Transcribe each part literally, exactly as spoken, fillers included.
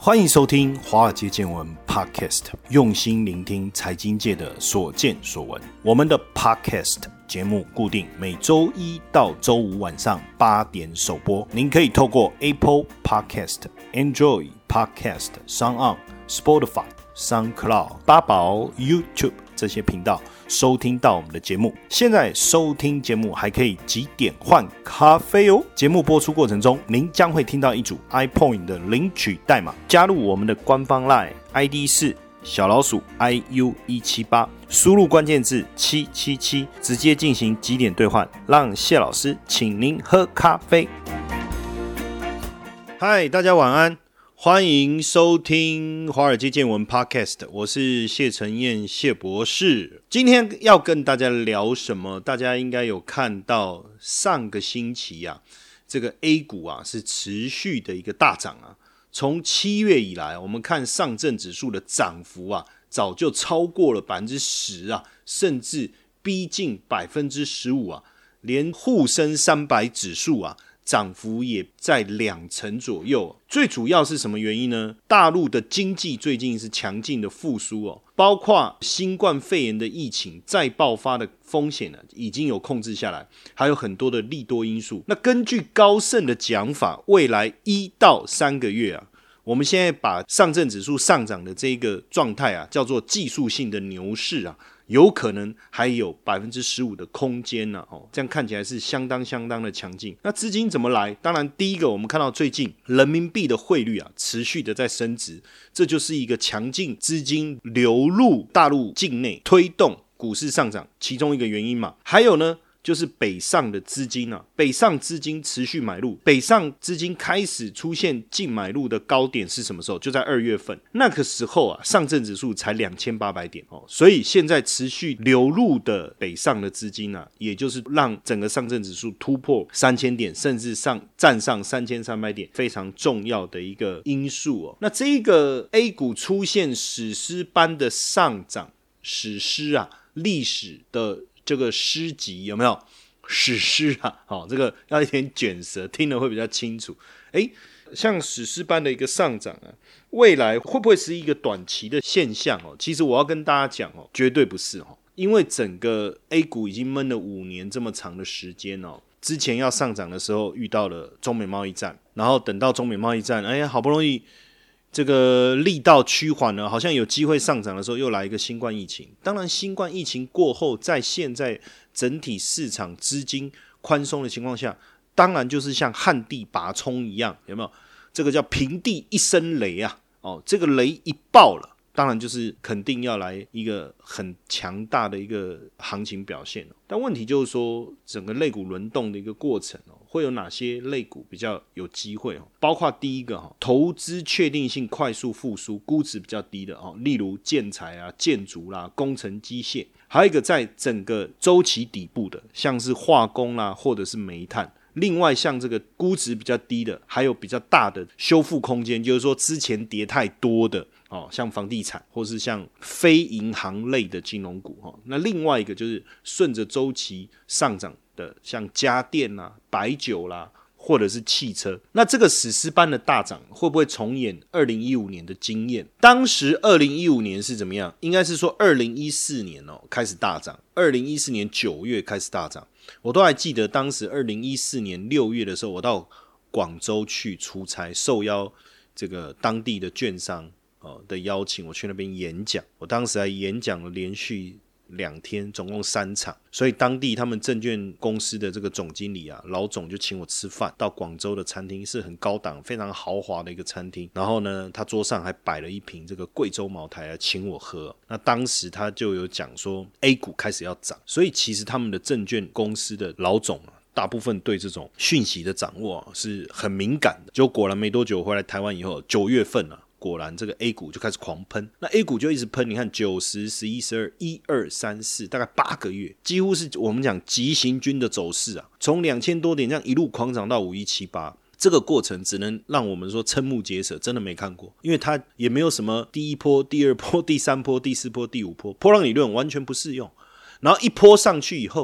欢迎收听华尔街见闻 Podcast， 用心聆听财经界的所见所闻。我们的 Podcast 节目固定每周一到周五晚上八点首播，您可以透过 Apple Podcast、Android Podcast、SoundOn、Spotify、SoundCloud、八宝、YouTube 这些频道收听到我们的节目。现在收听节目还可以集点换咖啡哦。节目播出过程中，您将会听到一组 iPoint 的领取代码，加入我们的官方 LINE I D 是小老鼠 I U 一七八， 输入关键字七七七，直接进行集点兑换，让谢老师请您喝咖啡。嗨，大家晚安。欢迎收听华尔街见闻 Podcast， 我是谢承彦谢博士。今天要跟大家聊什么？大家应该有看到上个星期啊，这个 A 股啊是持续的一个大涨啊。从七月以来，我们看上证指数的涨幅啊，早就超过了 百分之十 啊，甚至逼近 百分之十五 啊，连沪深三百指数啊涨幅也在两成左右。最主要是什么原因呢？大陆的经济最近是强劲的复苏哦，包括新冠肺炎的疫情再爆发的风险呢，已经有控制下来，还有很多的利多因素。那根据高盛的讲法，未来一到三个月啊，我们现在把上证指数上涨的这个状态啊，叫做技术性的牛市啊，有可能还有 百分之十五 的空间呢、啊哦，这样看起来是相当相当的强劲。那资金怎么来？当然第一个我们看到最近人民币的汇率啊持续的在升值，这就是一个强劲资金流入大陆境内，推动股市上涨其中一个原因嘛。还有呢，就是北上的资金啊，北上资金持续买入，北上资金开始出现净买入的高点是什么时候？就在二月份，那个时候啊，上证指数才两千八百点哦，所以现在持续流入的北上的资金啊，也就是让整个上证指数突破三千点，甚至上站上三千三百点，非常重要的一个因素哦。那这个 A 股出现史诗般的上涨，史诗啊，历史的这个诗集有没有？史诗啊，哦，这个要一点卷舌，听了会比较清楚。诶，像史诗般的一个上涨啊，未来会不会是一个短期的现象哦？其实我要跟大家讲哦，绝对不是哦，因为整个 A 股已经闷了五年这么长的时间哦。之前要上涨的时候遇到了中美贸易战，然后等到中美贸易战，哎呀，好不容易这个力道趋缓了，好像有机会上涨的时候，又来一个新冠疫情。当然，新冠疫情过后，在现在整体市场资金宽松的情况下，当然就是像旱地拔葱一样，有没有？这个叫平地一声雷啊！哦，这个雷一爆了，当然就是肯定要来一个很强大的一个行情表现。但问题就是说，整个类股轮动的一个过程哦，会有哪些类股比较有机会哦？包括第一个哈，投资确定性快速复苏，估值比较低的哦，例如建材啊、建筑啦、工程机械，还有一个在整个周期底部的，像是化工啦，或者是煤炭。另外，像这个估值比较低的，还有比较大的修复空间，就是说之前跌太多的哦，像房地产或是像非银行类的金融股哦。那另外一个就是顺着周期上涨的，像家电啦、白酒啦，或者是汽车。那这个史诗般的大涨会不会重演二零一五年的经验？当时二零一五年是怎么样？应该是说二零一四年哦开始大涨，二零一四年九月开始大涨。我都还记得当时二零一四年六月的时候，我到广州去出差，受邀这个当地的券商、呃、的邀请，我去那边演讲。我当时还演讲了连续两天，总共三场，所以当地他们证券公司的这个总经理啊，老总就请我吃饭，到广州的餐厅，是很高档、非常豪华的一个餐厅。然后呢，他桌上还摆了一瓶这个贵州茅台来请我喝。那当时他就有讲说 A 股开始要涨，所以其实他们的证券公司的老总啊，大部分对这种讯息的掌握、啊、是很敏感的。就果然没多久回来台湾以后，九月份啊，果然这个 A 股就开始狂喷，那 A 股就一直喷，你看九、十、十一、十二、一二三四，大概八个月，几乎是我们讲急行军的走势啊，从两千多点这样一路狂涨到五一七八。这个过程只能让我们说瞠目结舌，真的没看过，因为它也没有什么第一波、第二波、第三波、第四波、第五波，波浪理论完全不适用。然后一波上去以后，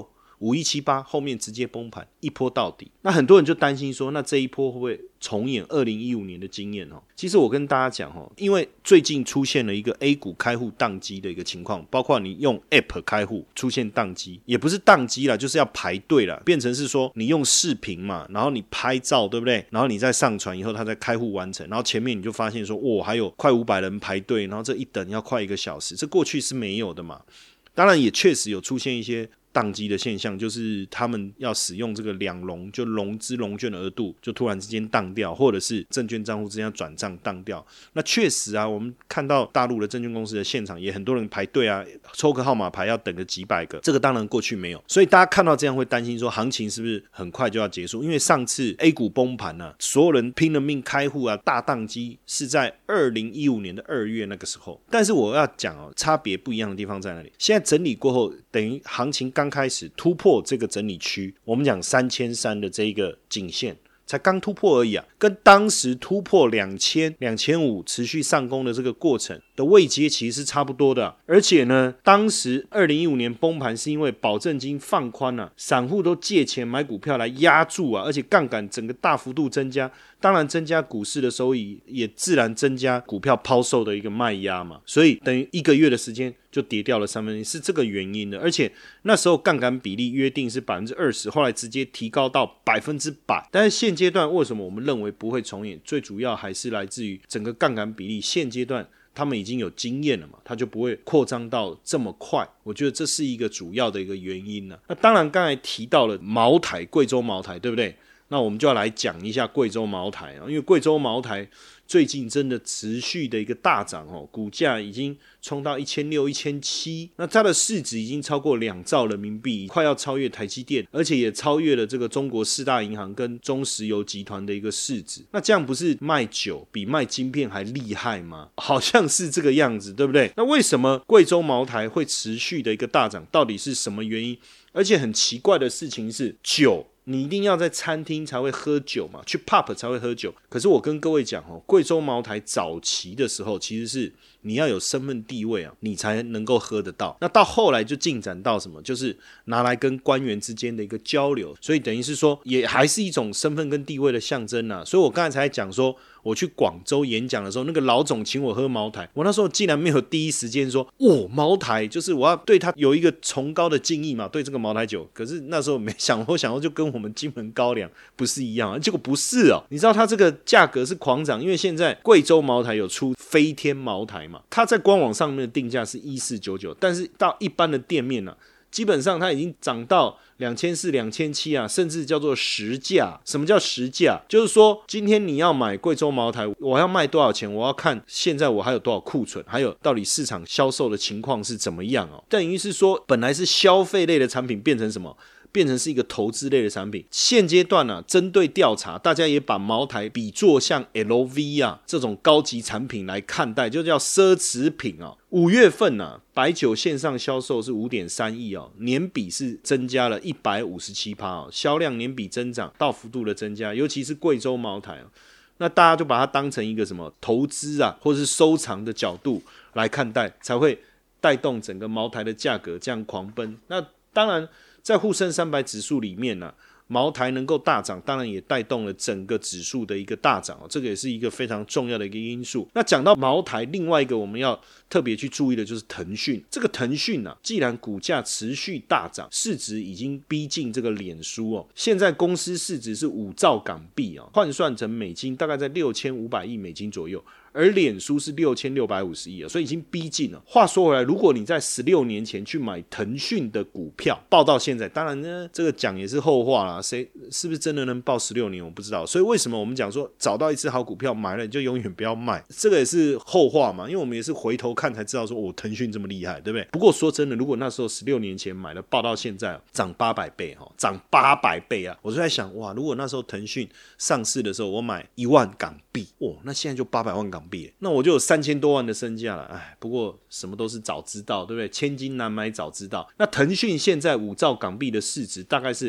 五一七八后面直接崩盘，一波到底。那很多人就担心说，那这一波会不会重演二零一五年的经验？其实我跟大家讲，因为最近出现了一个 A 股开户宕机的一个情况，包括你用 App 开户出现宕机，也不是宕机啦，就是要排队啦，变成是说你用视频嘛，然后你拍照，对不对？然后你再上传以后，它再开户完成，然后前面你就发现说，哇，还有快五百人排队，然后这一等要快一个小时，这过去是没有的嘛。当然也确实有出现一些宕机的现象，就是他们要使用这个两融，就融资融券的额度就突然之间当掉，或者是证券账户之间转账当掉。那确实啊，我们看到大陆的证券公司的现场也很多人排队啊，抽个号码牌要等个几百个，这个当然过去没有。所以大家看到这样会担心说，行情是不是很快就要结束？因为上次 A 股崩盘啊，所有人拼了命开户啊，大宕机是在二零一五年的二月那个时候。但是我要讲哦，差别不一样的地方在哪里？现在整理过后，等于行情刚开始突破这个整理区，我们讲三千三的这一个颈线才刚突破而已啊，跟当时突破两千、两千五持续上攻的这个过程的位阶其实是差不多的、啊。而且呢，当时二零一五年崩盘是因为保证金放宽啊，散户都借钱买股票来压住啊，而且杠杆整个大幅度增加，当然增加股市的收益，也自然增加股票抛售的一个卖压嘛，所以等于一个月的时间就跌掉了三分之一，是这个原因的。而且那时候杠杆比例约定是 百分之二十， 后来直接提高到百分之百。但是现阶段为什么我们认为不会重演？最主要还是来自于整个杠杆比例现阶段他们已经有经验了嘛，它就不会扩张到这么快。我觉得这是一个主要的一个原因呢、啊。那当然刚才提到了茅台，贵州茅台，对不对？那我们就要来讲一下贵州茅台啊，因为贵州茅台最近真的持续的一个大涨哦，股价已经冲到一千六百、一千七百，那它的市值已经超过两兆人民币，快要超越台积电，而且也超越了这个中国四大银行跟中石油集团的一个市值。那这样不是卖酒比卖晶片还厉害吗？好像是这个样子，对不对？那为什么贵州茅台会持续的一个大涨？到底是什么原因？而且很奇怪的事情是，酒你一定要在餐厅才会喝酒嘛，去 pub 才会喝酒。可是我跟各位讲哦，贵州茅台早期的时候其实是你要有身份地位啊，你才能够喝得到。那到后来就进展到什么？就是拿来跟官员之间的一个交流，所以等于是说也还是一种身份跟地位的象征啊。所以我刚才才讲说，我去广州演讲的时候，那个老总请我喝茅台，我那时候竟然没有第一时间说哦，茅台，就是我要对他有一个崇高的敬意嘛，对这个茅台酒。可是那时候没想，我想说就跟我们金门高粱不是一样啊，结果不是哦。你知道它这个价格是狂涨，因为现在贵州茅台有出飞天茅台嘛，它在官网上面的定价是一四九九，但是到一般的店面啊，基本上它已经涨到两千四、两千七啊，甚至叫做实价。什么叫实价？就是说今天你要买贵州茅台，我要卖多少钱？我要看现在我还有多少库存，还有到底市场销售的情况是怎么样哦。等于是说，本来是消费类的产品变成什么？变成是一个投资类的产品。现阶段啊，针对调查，大家也把茅台比作像 L V 啊这种高级产品来看待，就叫奢侈品啊。五月份啊，白酒线上销售是 五点三亿哦，年比是增加了 百分之一百五十七、哦、销量年比增长，大幅度的增加，尤其是贵州茅台、哦、那大家就把它当成一个什么投资啊，或是收藏的角度来看待，才会带动整个茅台的价格这样狂奔。那当然在沪深三百指数里面呢、啊，茅台能够大涨，当然也带动了整个指数的一个大涨、哦、这个也是一个非常重要的一个因素。那讲到茅台，另外一个我们要特别去注意的就是腾讯。这个腾讯啊，既然股价持续大涨，市值已经逼近这个脸书哦，现在公司市值是五兆港币哦，换算成美金大概在六千五百亿美金左右。而脸书是六千六百五十亿，所以已经逼近了。话说回来，如果你在十六年前去买腾讯的股票，报到现在，当然呢，这个讲也是后话啦，谁是不是真的能报十六年，我不知道。所以为什么我们讲说，找到一只好股票买了你就永远不要卖，这个也是后话嘛，因为我们也是回头看才知道说，哦，腾讯这么厉害，对不对？不过说真的，如果那时候十六年前买了，报到现在涨八百倍哈，涨八百倍啊！我就在想，哇，如果那时候腾讯上市的时候，我买一万港币，哦，那现在就八百万港币，那我就有三千多万的身价了。哎，不过什么都是早知道，对不对？千金难买早知道。那腾讯现在五兆港币的市值，大概是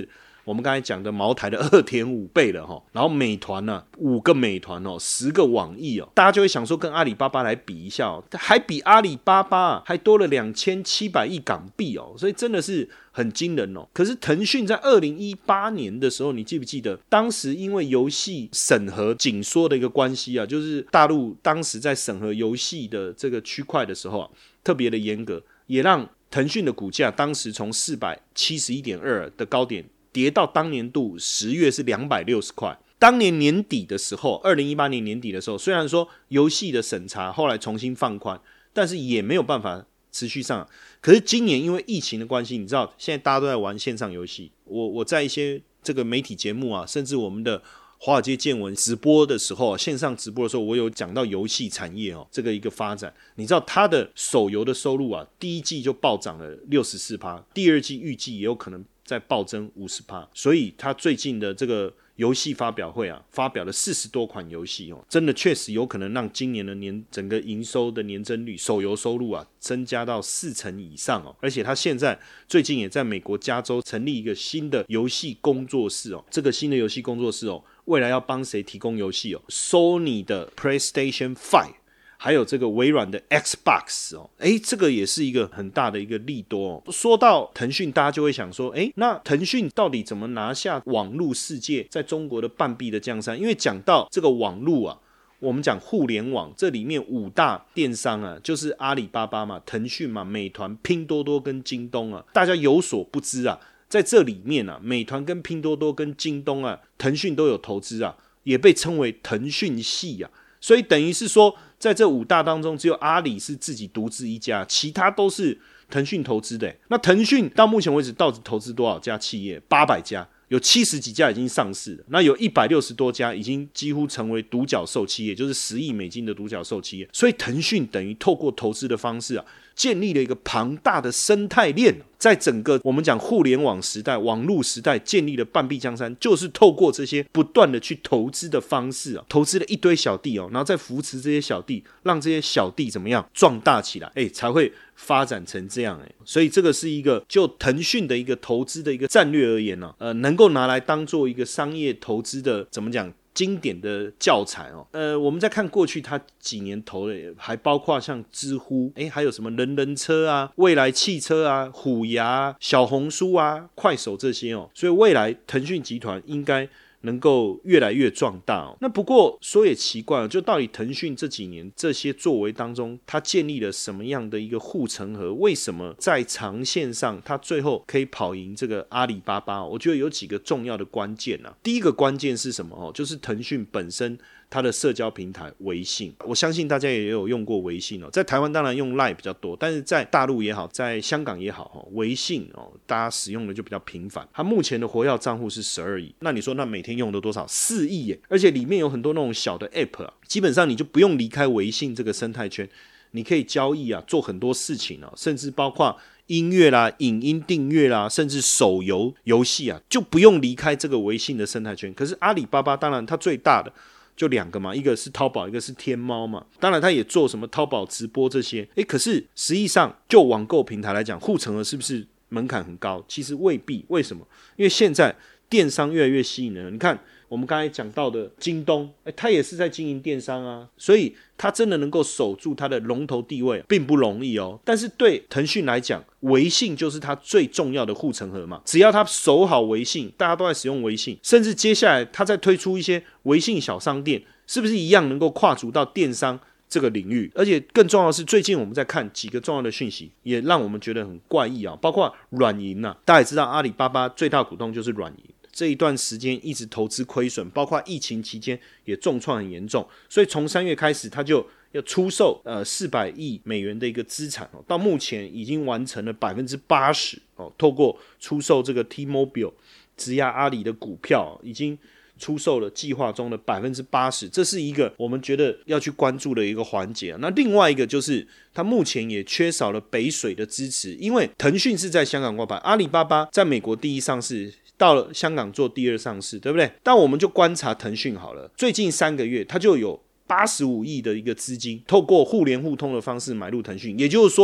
我们刚才讲的茅台的 二点五 倍了齁，然后美团呢、啊、五个美团哦，十个网易哦，大家就会想说跟阿里巴巴来比一下哦，还比阿里巴巴、啊、还多了两千七百亿港币哦，所以真的是很惊人哦。可是腾讯在二零一八年的时候，你记不记得当时因为游戏审核紧缩的一个关系啊，就是大陆当时在审核游戏的这个区块的时候啊，特别的严格，也让腾讯的股价当时从 四百七十一点二 的高点跌到当年度十月是两百六十块。当年年底的时候，二零一八年年底的时候，虽然说游戏的审查后来重新放宽，但是也没有办法持续上。可是今年因为疫情的关系，你知道现在大家都在玩线上游戏，我我在一些这个媒体节目啊，甚至我们的华尔街见闻直播的时候，线上直播的时候，我有讲到游戏产业哦，这个一个发展。你知道它的手游的收入啊，第一季就暴涨了 百分之六十四， 第二季预计也有可能再暴增 百分之五十， 所以它最近的这个游戏发表会啊，发表了四十多款游戏哦，真的确实有可能让今年的年整个营收的年增率，手游收入啊增加到四成以上哦。而且他现在最近也在美国加州成立一个新的游戏工作室哦，这个新的游戏工作室哦，未来要帮谁提供游戏哦 ？Sony 的 PlayStation 五。还有这个微软的 Xbox 哦，诶，这个也是一个很大的一个利多哦。说到腾讯，大家就会想说，诶，那腾讯到底怎么拿下网络世界在中国的半壁的江山？因为讲到这个网络啊，我们讲互联网，这里面五大电商啊，就是阿里巴巴嘛、腾讯嘛、美团、拼多多跟京东啊，大家有所不知啊，在这里面啊，美团跟拼多多跟京东啊，腾讯都有投资啊，也被称为腾讯系啊，所以等于是说，在这五大当中，只有阿里是自己独自一家，其他都是腾讯投资的。那腾讯到目前为止到底投资多少家企业？八百家，有七十几家已经上市了，那有一百六十多家已经几乎成为独角兽企业，就是十亿美金的独角兽企业。所以腾讯等于透过投资的方式啊，建立了一个庞大的生态链，在整个我们讲互联网时代、网络时代建立了半壁江山，就是透过这些不断的去投资的方式啊，投资了一堆小弟哦，然后再扶持这些小弟，让这些小弟怎么样壮大起来，哎，才会发展成这样哎。所以这个是一个就腾讯的一个投资的一个战略而言呢、啊，呃，能够拿来当做一个商业投资的怎么讲？经典的教材哦，呃，我们在看过去他几年投的，还包括像知乎，哎，还有什么人人车啊、未来汽车啊、虎牙啊、小红书啊、快手这些哦，所以未来腾讯集团应该能够越来越壮大哦。那不过说也奇怪，就到底腾讯这几年这些作为当中，它建立了什么样的一个护城河？为什么在长线上它最后可以跑赢这个阿里巴巴？我觉得有几个重要的关键啊。第一个关键是什么哦？就是腾讯本身它的社交平台微信，我相信大家也有用过微信哦。在台湾当然用 LINE 比较多，但是在大陆也好，在香港也好，微信哦，大家使用的就比较频繁。它目前的活跃账户是十二亿，那你说那每天用的多少？四亿耶！而且里面有很多那种小的 app 啊，基本上你就不用离开微信这个生态圈，你可以交易啊，做很多事情啊，甚至包括音乐啦、影音订阅啦，甚至手游游戏啊，就不用离开这个微信的生态圈。可是阿里巴巴当然它最大的就两个嘛，一个是淘宝，一个是天猫嘛。当然它也做什么淘宝直播这些，诶，可是实际上就网购平台来讲，护城河是不是门槛很高？其实未必。为什么？因为现在电商越来越吸引人，你看我们刚才讲到的京东，欸，它也是在经营电商啊，所以它真的能够守住它的龙头地位并不容易哦。但是对腾讯来讲，微信就是它最重要的护城河嘛，只要它守好微信，大家都在使用微信，甚至接下来它再推出一些微信小商店，是不是一样能够跨足到电商这个领域？而且更重要的是，最近我们在看几个重要的讯息，也让我们觉得很怪异啊，包括软银啊，大家也知道阿里巴巴最大股东就是软银，这一段时间一直投资亏损，包括疫情期间也重创很严重，所以从三月开始他就要出售呃四百亿美元的一个资产哦，到目前已经完成了百分之八十哦，透过出售这个 T-Mobile 质押阿里的股票，已经出售了计划中的百分之八十，这是一个我们觉得要去关注的一个环节。那另外一个就是它目前也缺少了北水的支持，因为腾讯是在香港挂牌，阿里巴巴在美国第一上市，到了香港做第二上市，对不对？但我们就观察腾讯好了，最近三个月它就有八十五亿的一个资金，透过互联互通的方式买入腾讯，也就是说，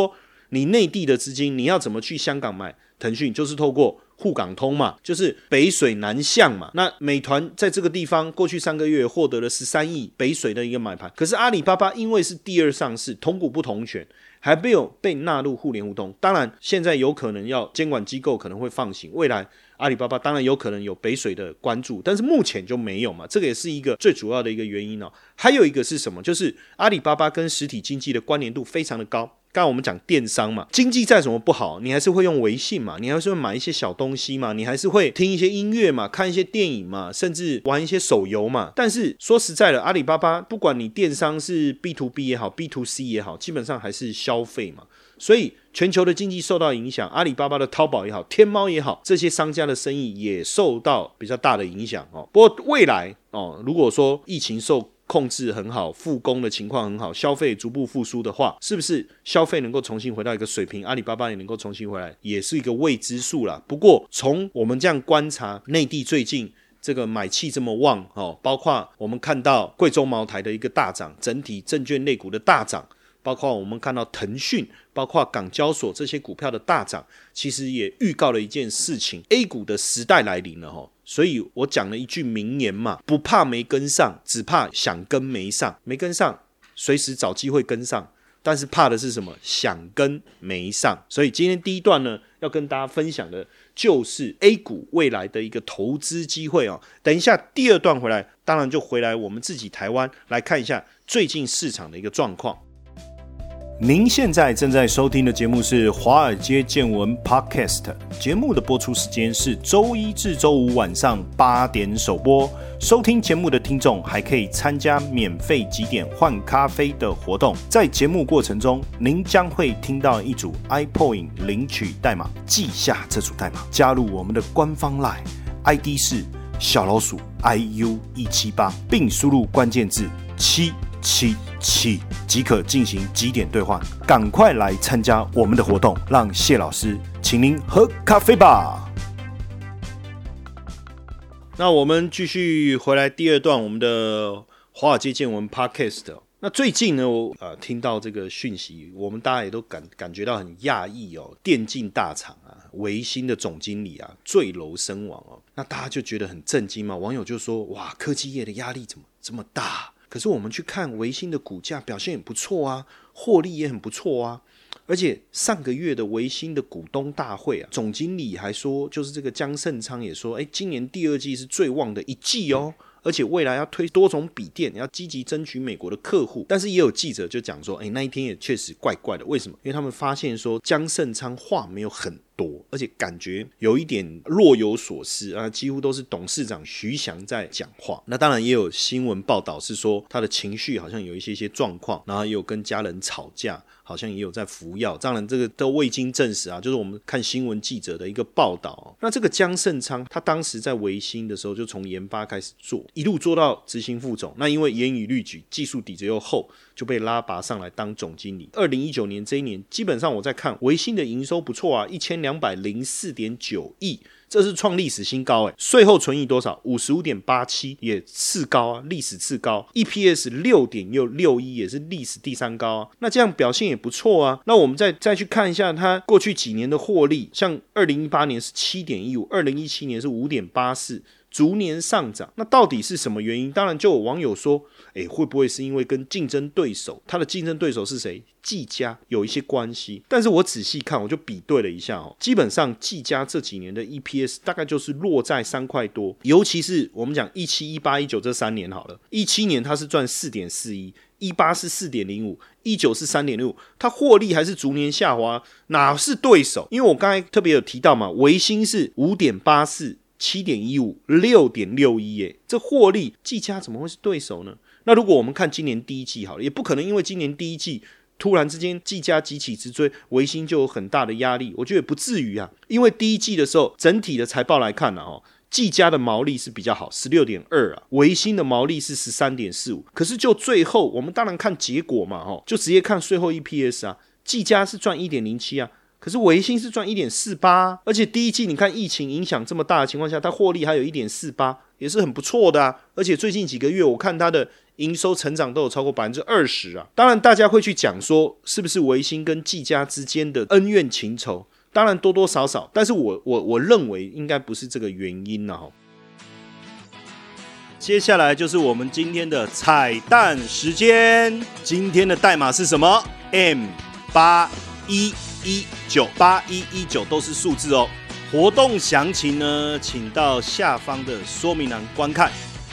你内地的资金你要怎么去香港买腾讯，就是透过沪港通嘛，就是北水南向嘛。那美团在这个地方过去三个月获得了十三亿北水的一个买盘，可是阿里巴巴因为是第二上市，同股不同权，还没有被纳入互联互通。当然现在有可能要监管机构可能会放行，未来阿里巴巴当然有可能有北水的关注，但是目前就没有嘛，这个也是一个最主要的一个原因哦。还有一个是什么？就是阿里巴巴跟实体经济的关联度非常的高。刚才我们讲电商嘛，经济再怎么不好，你还是会用微信嘛，你还是会买一些小东西嘛，你还是会听一些音乐嘛，看一些电影嘛，甚至玩一些手游嘛。但是说实在的，阿里巴巴不管你电商是 B to B 也好 B to C 也好，基本上还是消费嘛。所以全球的经济受到影响，阿里巴巴的淘宝也好，天猫也好，这些商家的生意也受到比较大的影响哦。不过未来哦，如果说疫情受控制很好，复工的情况很好，消费逐步复苏的话，是不是消费能够重新回到一个水平，阿里巴巴也能够重新回来，也是一个未知数啦。不过从我们这样观察，内地最近这个买气这么旺哦，包括我们看到贵州茅台的一个大涨，整体证券类股的大涨，包括我们看到腾讯，包括港交所这些股票的大涨，其实也预告了一件事情， A 股的时代来临了齁。所以我讲了一句名言嘛，不怕没跟上，只怕想跟没上。没跟上随时找机会跟上，但是怕的是什么？想跟没上。所以今天第一段呢，要跟大家分享的就是 A 股未来的一个投资机会哦。等一下第二段回来，当然就回来我们自己台湾来看一下最近市场的一个状况。您现在正在收听的节目是华尔街见闻 Podcast， 节目的播出时间是周一至周五晚上八点首播。收听节目的听众还可以参加免费集点换咖啡的活动，在节目过程中，您将会听到一组 iPoint 领取代码，记下这组代码，加入我们的官方 LINE， I D 是小老鼠 I U 一七八，并输入关键字七七七即可进行集点兑换，赶快来参加我们的活动，让谢老师请您喝咖啡吧。那我们继续回来第二段我们的华尔街见闻 Podcast。那最近呢，我、呃、听到这个讯息，我们大家也都 感, 感觉到很讶异哦。电竞大厂啊，微星的总经理啊坠楼身亡哦，那大家就觉得很震惊嘛。网友就说：哇，科技业的压力怎么这么大？可是我们去看微星的股价表现也不错啊，获利也很不错啊。而且上个月的微星的股东大会啊，总经理还说，就是这个江胜昌也说，哎，今年第二季是最旺的一季哦。而且未来要推多种笔电，要积极争取美国的客户。但是也有记者就讲说，哎，那一天也确实怪怪的。为什么？因为他们发现说江胜昌话没有很多，而且感觉有一点若有所思啊，几乎都是董事长徐翔在讲话。那当然也有新闻报道是说他的情绪好像有一些些状况，然后也有跟家人吵架，好像也有在服药。当然这个都未经证实啊，就是我们看新闻记者的一个报道、哦。那这个江胜昌他当时在微星的时候就从研发开始做，一路做到执行副总。那因为严以律己，技术底子又厚，就被拉拔上来当总经理。二零一九年这一年，基本上我在看微星的营收不错啊，一千两百零四点九亿。这是创历史新高诶，税后存益多少？ 五十五点八七，也次高啊，历史次高。 E P S 六点六一，也是历史第三高啊。那这样表现也不错啊。那我们再再去看一下它过去几年的获利，像二零一八年是 七点一五， 二零一七年是 五点八四，逐年上涨。那到底是什么原因？当然就有网友说，诶，会不会是因为跟竞争对手，他的竞争对手是谁？技嘉有一些关系。但是我仔细看，我就比对了一下哦，基本上技嘉这几年的 E P S 大概就是落在三块多，尤其是我们讲一七、一八、一九这三年好了，一七年它是赚 四点四一，一八是 四点零五，一九是 三点六五， 它获利还是逐年下滑，哪是对手？因为我刚才特别有提到嘛，微星是 五点八四， 七点一五， 六点六一 耶，这获利技嘉怎么会是对手呢？那如果我们看今年第一季好了，也不可能因为今年第一季突然之间技嘉急起直追，微星就有很大的压力，我觉得也不至于啊。因为第一季的时候，整体的财报来看啊，哦，技嘉的毛利是比较好 十六点二 啊，微星的毛利是 十三点四五。可是就最后我们当然看结果嘛，哦，就直接看税后 E P S 啊，技嘉是赚 一点零七 啊，可是微星是赚 一点四八、啊、而且第一季你看疫情影响这么大的情况下，它获利还有 一点四八， 也是很不错的啊。而且最近几个月我看它的营收成长都有超过 百分之二十 啊。当然大家会去讲说是不是微星跟技嘉之间的恩怨情仇，当然多多少少，但是我我我认为应该不是这个原因啊。接下来就是我们今天的彩蛋时间，今天的代码是什么 ？M 八一一九 八一一九都是数字哦。活动详情呢，请到下方的说明栏观看。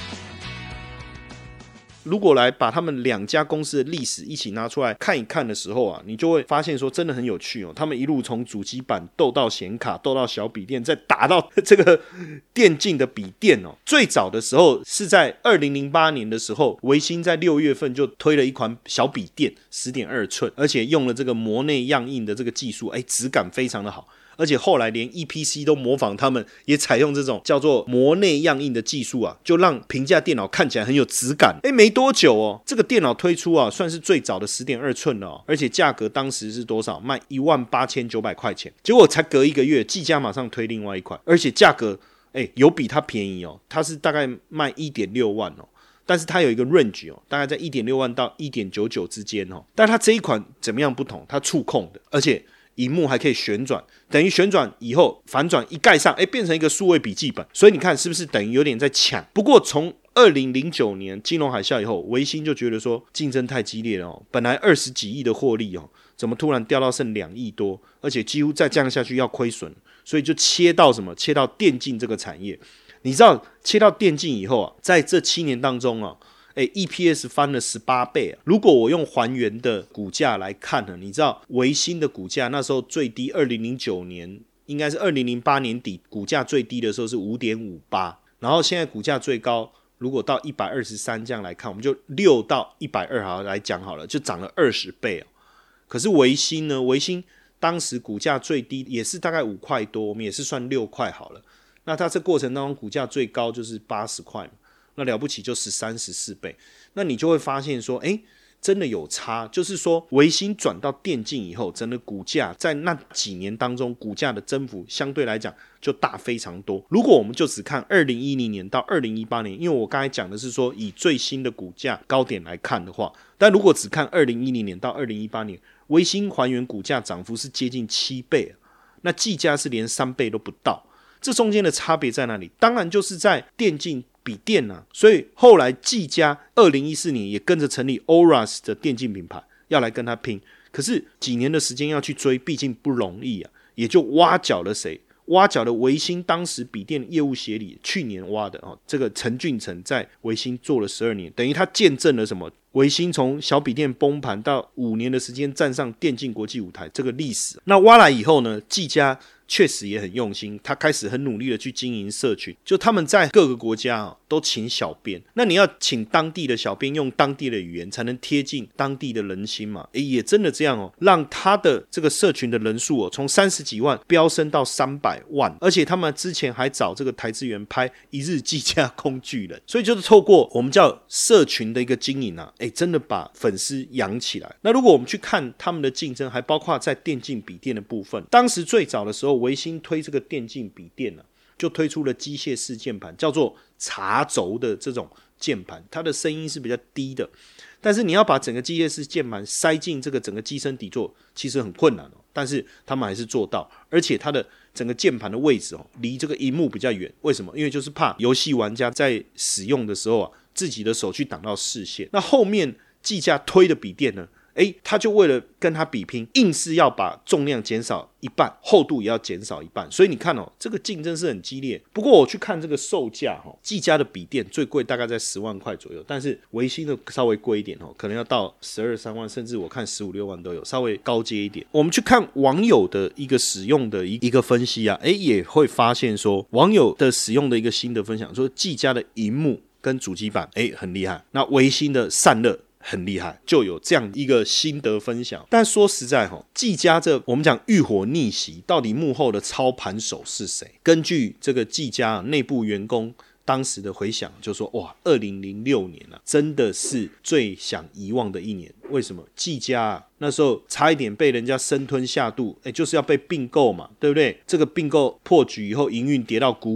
如果来把他们两家公司的历史一起拿出来看一看的时候啊，你就会发现说真的很有趣哦。他们一路从主机板斗到显卡，斗到小笔电，再打到这个电竞的笔电哦。最早的时候是在二零零八年的时候，微星在六月份就推了一款小笔电 十点二寸，而且用了这个模内样印的这个技术，哎，质感非常的好。而且后来连 E P C 都模仿他们，也采用这种叫做模内样印的技术啊，就让平价电脑看起来很有质感。诶，没多久哦，这个电脑推出啊，算是最早的 十点二寸了哦，而且价格当时是多少？卖一万八千九百块钱。结果才隔一个月，技嘉马上推另外一款，而且价格诶有比它便宜哦，它是大概卖 一点六万哦。但是它有一个 range 哦，大概在 一点六万到 一点九九之间哦。但它这一款怎么样不同？它触控的，而且萤幕还可以旋转，等于旋转以后反转一盖上，哎，变成一个数位笔记本。所以你看是不是等于有点在抢？不过从二零零九年金融海啸以后，微星就觉得说竞争太激烈了哦，本来二十几亿的获利哦，怎么突然掉到剩两亿多，而且几乎再这样下去要亏损，所以就切到什么？切到电竞这个产业。你知道切到电竞以后啊，在这七年当中啊。欸、E P S 翻了十八倍啊！如果我用还原的股价来看呢，你知道微星的股价那时候最低，二零零九年应该是二零零八年底股价最低的时候是 五点五八， 然后现在股价最高，如果到一百二十三这样来看，我们就六到一百二十好来讲好了，就涨了二十倍哦。可是微星呢，微星当时股价最低也是大概五块多，我们也是算六块好了。那它这过程当中股价最高就是八十块嘛。那了不起就十三、十四倍，那你就会发现说，哎，真的有差。就是说，微星转到电竞以后，整个股价在那几年当中，股价的增幅相对来讲就大非常多。如果我们就只看二零一零年到二零一八年，因为我刚才讲的是说以最新的股价高点来看的话，但如果只看二零一零年到二零一八年，微星还原股价涨幅是接近七倍，那技嘉是连三倍都不到。这中间的差别在哪里？当然就是在电竞笔电啊，所以后来技嘉二零一四年也跟着成立 O R A S 的电竞品牌，要来跟他拼。可是几年的时间要去追，毕竟不容易啊，也就挖角了谁？挖角了微星当时笔电业务协理，去年挖的哦，这个陈俊成在微星做了十二年，等于他见证了什么？微星从小笔电崩盘到五年的时间站上电竞国际舞台这个历史。那挖来以后呢，技嘉确实也很用心，他开始很努力的去经营社群，就他们在各个国家、哦、都请小编，那你要请当地的小编用当地的语言才能贴近当地的人心嘛，诶也真的这样哦，让他的这个社群的人数哦，从三十几万飙升到三百万，而且他们之前还找这个台资源拍一日技嘉工具人，所以就是透过我们叫社群的一个经营啊，诶真的把粉丝养起来。那如果我们去看他们的竞争，还包括在电竞笔电的部分，当时最早的时候微星推这个电竞笔电、啊、就推出了机械式键盘，叫做茶轴的这种键盘，它的声音是比较低的，但是你要把整个机械式键盘塞进这个整个机身底座其实很困难、哦、但是他们还是做到，而且它的整个键盘的位置、哦、离这个萤幕比较远，为什么？因为就是怕游戏玩家在使用的时候啊，自己的手去挡到视线。那后面技嘉推的笔电呢，诶，他就为了跟他比拼，硬是要把重量减少一半，厚度也要减少一半，所以你看哦，这个竞争是很激烈。不过我去看这个售价哦，技嘉的笔电最贵大概在十万块左右，但是微星的稍微贵一点哦，可能要到十二三万，甚至我看十五六万都有，稍微高阶一点。我们去看网友的一个使用的一个分析啊，诶，也会发现说，网友的使用的一个新的分享，说技嘉的萤幕跟主机板，诶，很厉害，那微星的散热很厉害，就有这样一个心得分享。但说实在齁，技嘉这我们讲遇火逆袭，到底幕后的操盘手是谁？根据这个技嘉内部员工当时的回想，就说哇，二零零六年啊，真的是最想遗忘的一年。为什么？技嘉啊，那时候差一点被人家生吞下肚，哎，就是要被并购嘛，对不对？这个并购破局以后，营运跌到谷底。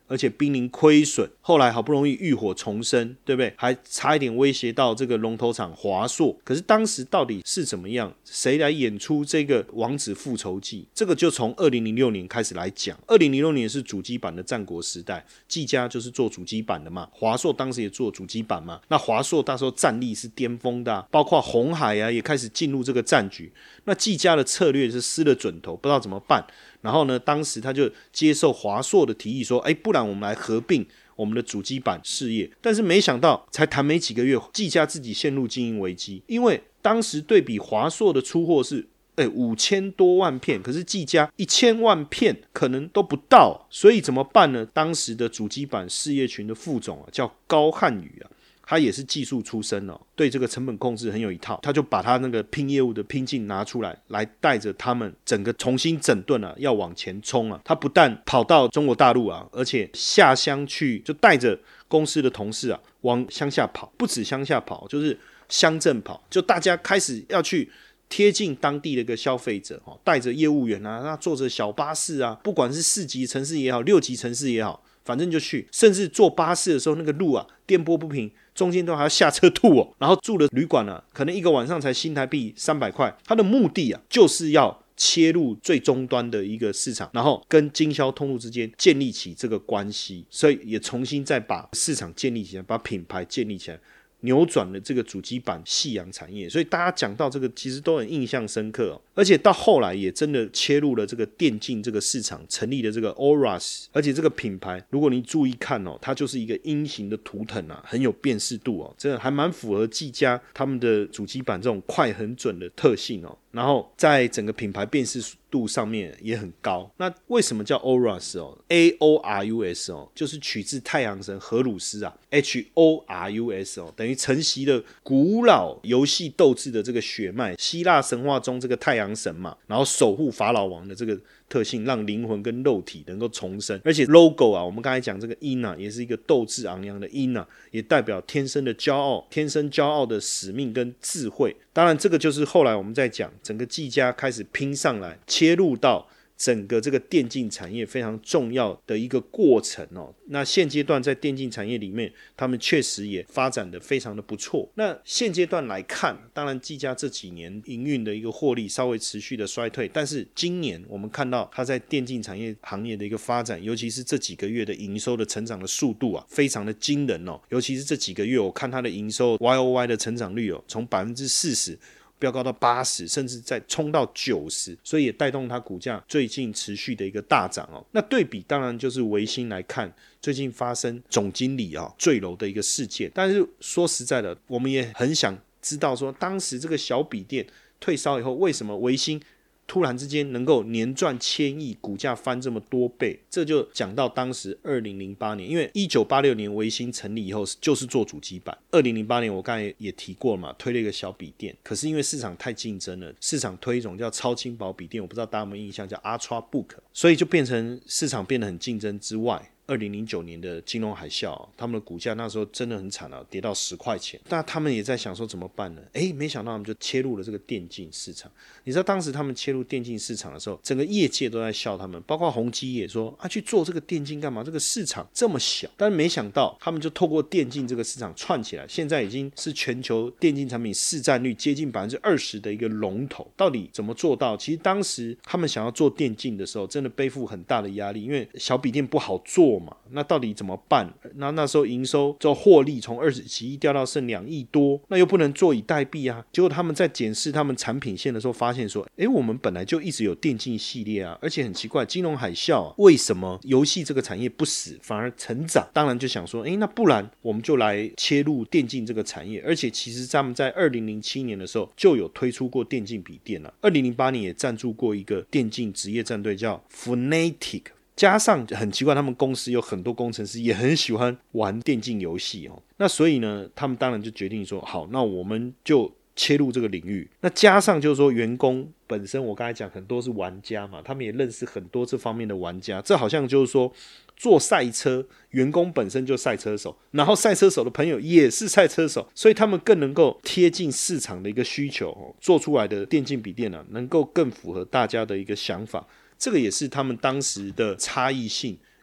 而且濒临亏损，后来好不容易浴火重生，对不对？还差一点威胁到这个龙头厂华硕。可是当时到底是怎么样？谁来演出这个王子复仇记？这个就从二零零六年开始来讲。二零零六年是主机板的战国时代，技嘉就是做主机板的嘛，华硕当时也做主机板嘛。那华硕那时候战力是巅峰的、啊，包括鸿海啊也开始进入这个战局。那技嘉的策略是失了准头，不知道怎么办。然后呢，当时他就接受华硕的提议说，哎，不然我们来合并我们的主机板事业。但是没想到才谈没几个月，技嘉自己陷入经营危机，因为当时对比华硕的出货是哎五千多万片，可是技嘉一千万片可能都不到，所以怎么办呢？当时的主机板事业群的副总啊，叫高汉宇啊。他也是技术出身哦，对这个成本控制很有一套，他就把他那个拼业务的拼劲拿出来，来带着他们整个重新整顿啊，要往前冲啊。他不但跑到中国大陆啊，而且下乡去，就带着公司的同事啊往乡下跑，不止乡下跑，就是乡镇跑，就大家开始要去贴近当地的一个消费者，带着业务员啊，那坐着小巴士啊，不管是四级城市也好，六级城市也好，反正就去，甚至坐巴士的时候那个路啊颠簸不平，中间都还要下车吐哦。然后住的旅馆啊，可能一个晚上才新台币三百块。它的目的啊，就是要切入最终端的一个市场，然后跟经销通路之间建立起这个关系，所以也重新再把市场建立起来，把品牌建立起来。扭转了这个主机板夕阳产业，所以大家讲到这个其实都很印象深刻哦。而且到后来也真的切入了这个电竞这个市场，成立了这个 Aorus， 而且这个品牌如果你注意看哦，它就是一个鹰形的图腾啊，很有辨识度哦，真的还蛮符合技嘉他们的主机板这种快很准的特性哦。然后在整个品牌辨识度上面也很高。那为什么叫 Aorus 哦 ？A O R U S 哦，就是取自太阳神荷鲁斯啊 ，H O R U S 哦，等于承袭了古老游戏斗志的这个血脉，希腊神话中这个太阳神嘛，然后守护法老王的这个特性，让灵魂跟肉体能够重生。而且 logo 啊，我们刚才讲这个鹰啊，也是一个斗志昂扬的鹰啊，也代表天生的骄傲，天生骄傲的使命跟智慧。当然，这个就是后来我们在讲整个技嘉开始拼上来，切入到整个这个电竞产业非常重要的一个过程哦。那现阶段在电竞产业里面，他们确实也发展的非常的不错。那现阶段来看，当然技嘉这几年营运的一个获利稍微持续的衰退，但是今年我们看到它在电竞产业行业的一个发展，尤其是这几个月的营收的成长的速度啊，非常的惊人哦。尤其是这几个月，我看它的营收 Y O Y 的成长率哦，从百分之四十。飙高到八十，甚至再冲到九十，所以也带动它股价最近持续的一个大涨哦。那对比当然就是微星来看，最近发生总经理啊坠楼的一个事件。但是说实在的，我们也很想知道说，当时这个小笔电退烧以后，为什么微星突然之间能够年赚千亿，股价翻这么多倍？这就讲到当时二零零八年，因为一九八六年微星成立以后就是做主机板，二零零八年我刚才也提过嘛，推了一个小笔电，可是因为市场太竞争了，市场推一种叫超轻薄笔电，我不知道大家有没有印象，叫 Ultrabook， 所以就变成市场变得很竞争之外，二零零九年的金融海啸、啊，他们的股价那时候真的很惨啊，跌到十块钱。那他们也在想说怎么办呢？诶，没想到他们就切入了这个电竞市场。你知道当时他们切入电竞市场的时候，整个业界都在笑他们，包括宏基也说啊，去做这个电竞干嘛？这个市场这么小。但是没想到他们就透过电竞这个市场串起来，现在已经是全球电竞产品市占率接近百分之二十的一个龙头。到底怎么做到？其实当时他们想要做电竞的时候，真的背负很大的压力，因为小笔电不好做。那到底怎么办？那那时候营收就获利从二十几亿掉到剩两亿多，那又不能坐以待毙啊。结果他们在检视他们产品线的时候发现说，诶，我们本来就一直有电竞系列啊，而且很奇怪，金融海啸、啊、为什么游戏这个产业不死反而成长？当然就想说，诶，那不然我们就来切入电竞这个产业。而且其实他们在二零零七年的时候就有推出过电竞笔电了、啊、二零零八年也赞助过一个电竞职业战队叫 Fnatic，加上很奇怪，他们公司有很多工程师也很喜欢玩电竞游戏哦。那所以呢，他们当然就决定说，好，那我们就切入这个领域。那加上就是说，员工本身我刚才讲很多是玩家嘛，他们也认识很多这方面的玩家。这好像就是说，做赛车，员工本身就赛车手，然后赛车手的朋友也是赛车手，所以他们更能够贴近市场的一个需求、哦、做出来的电竞笔电啊，能够更符合大家的一个想法。这个也是他们当时的差异性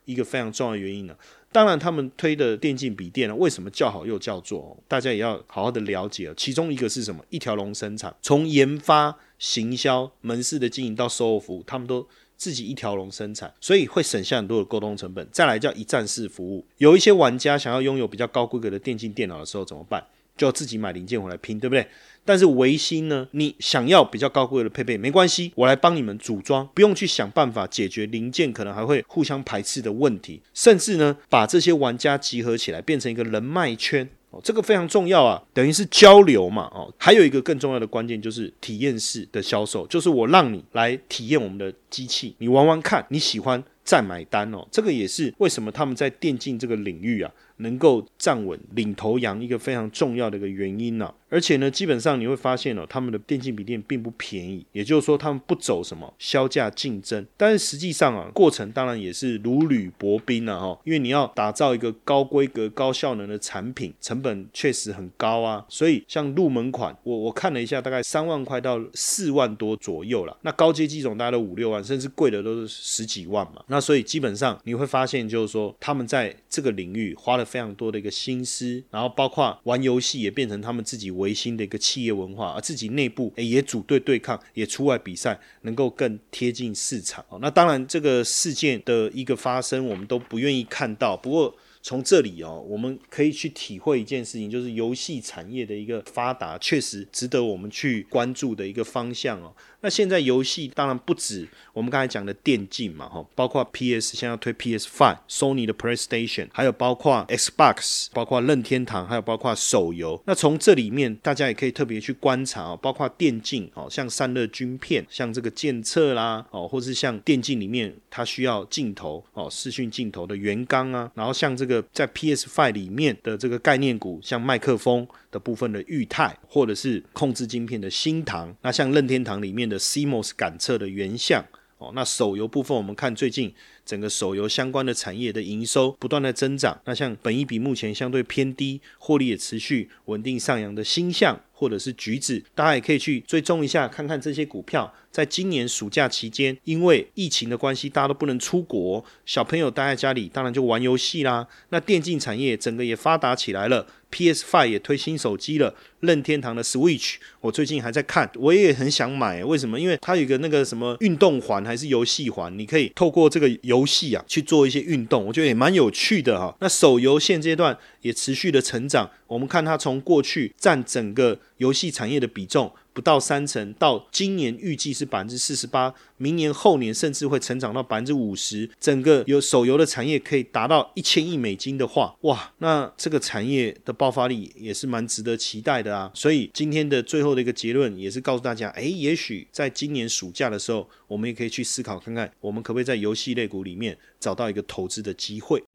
一个非常重要的原因呢。当然他们推的电竞笔电为什么叫好又叫座，大家也要好好的了解。其中一个是什么？一条龙生产，从研发、行销、门市的经营到售后服务，他们都自己一条龙生产，所以会省下很多的沟通成本。再来叫一站式服务，有一些玩家想要拥有比较高规格的电竞电脑的时候怎么办？就要自己买零件回来拼，对不对？但是微星呢，你想要比较高规格的配备没关系，我来帮你们组装，不用去想办法解决零件可能还会互相排斥的问题，甚至呢把这些玩家集合起来变成一个人脉圈，哦，这个非常重要啊，等于是交流嘛，哦，还有一个更重要的关键就是体验式的销售，就是我让你来体验我们的机器，你玩玩看，你喜欢再买单哦，这个也是为什么他们在电竞这个领域啊能够站稳领头羊一个非常重要的一个原因啊。而且呢，基本上你会发现哦，他们的电竞笔电并不便宜，也就是说他们不走什么销价竞争，但是实际上啊，过程当然也是如履薄冰啊，哦，因为你要打造一个高规格、高效能的产品，成本确实很高啊。所以像入门款，我我看了一下，大概三万块到四万多左右啦。那高阶机种大概都五六万，甚至贵的都是十几万嘛。那所以基本上你会发现，就是说他们在这个领域花了非常多的一个心思，然后包括玩游戏也变成他们自己微新的一个企业文化，而自己内部也组队对抗，也出外比赛，能够更贴近市场。那当然这个事件的一个发生我们都不愿意看到，不过从这里哦，我们可以去体会一件事情，就是游戏产业的一个发达确实值得我们去关注的一个方向哦。那现在游戏当然不止我们刚才讲的电竞嘛，包括 P S 现在要推 P S 五 Sony 的 PlayStation， 还有包括 Xbox， 包括任天堂，还有包括手游。那从这里面大家也可以特别去观察，包括电竞像散热晶片，像这个检测啦，或是像电竞里面它需要镜头视讯镜头的原缸啊，然后像这个在 P S 五 里面的这个概念股，像麦克风的部分的裕泰，或者是控制晶片的新唐，那像任天堂里面的 C M O S 感测的原相，哦，那手游部分我们看最近整个手游相关的产业的营收不断的增长，那像本益比目前相对偏低，获利也持续稳定上扬的星象或者是橘子，大家也可以去追踪一下，看看这些股票在今年暑假期间，因为疫情的关系大家都不能出国，小朋友待在家里当然就玩游戏啦，那电竞产业整个也发达起来了， P S 五 也推新手机了，任天堂的 Switch 我最近还在看，我也很想买，为什么？因为它有一个那个什么运动环还是游戏环，你可以透过这个游戏啊去做一些运动，我觉得也蛮有趣的哈。那手游现阶段也持续的成长，我们看它从过去占整个游戏产业的比重不到三成，到今年预计是 百分之四十八， 明年后年甚至会成长到 百分之五十， 整个有手游的产业可以达到一千亿美金的话，哇，那这个产业的爆发力也是蛮值得期待的啊。所以今天的最后的一个结论也是告诉大家，诶，也许在今年暑假的时候，我们也可以去思考看看，我们可不可以在游戏类股里面找到一个投资的机会。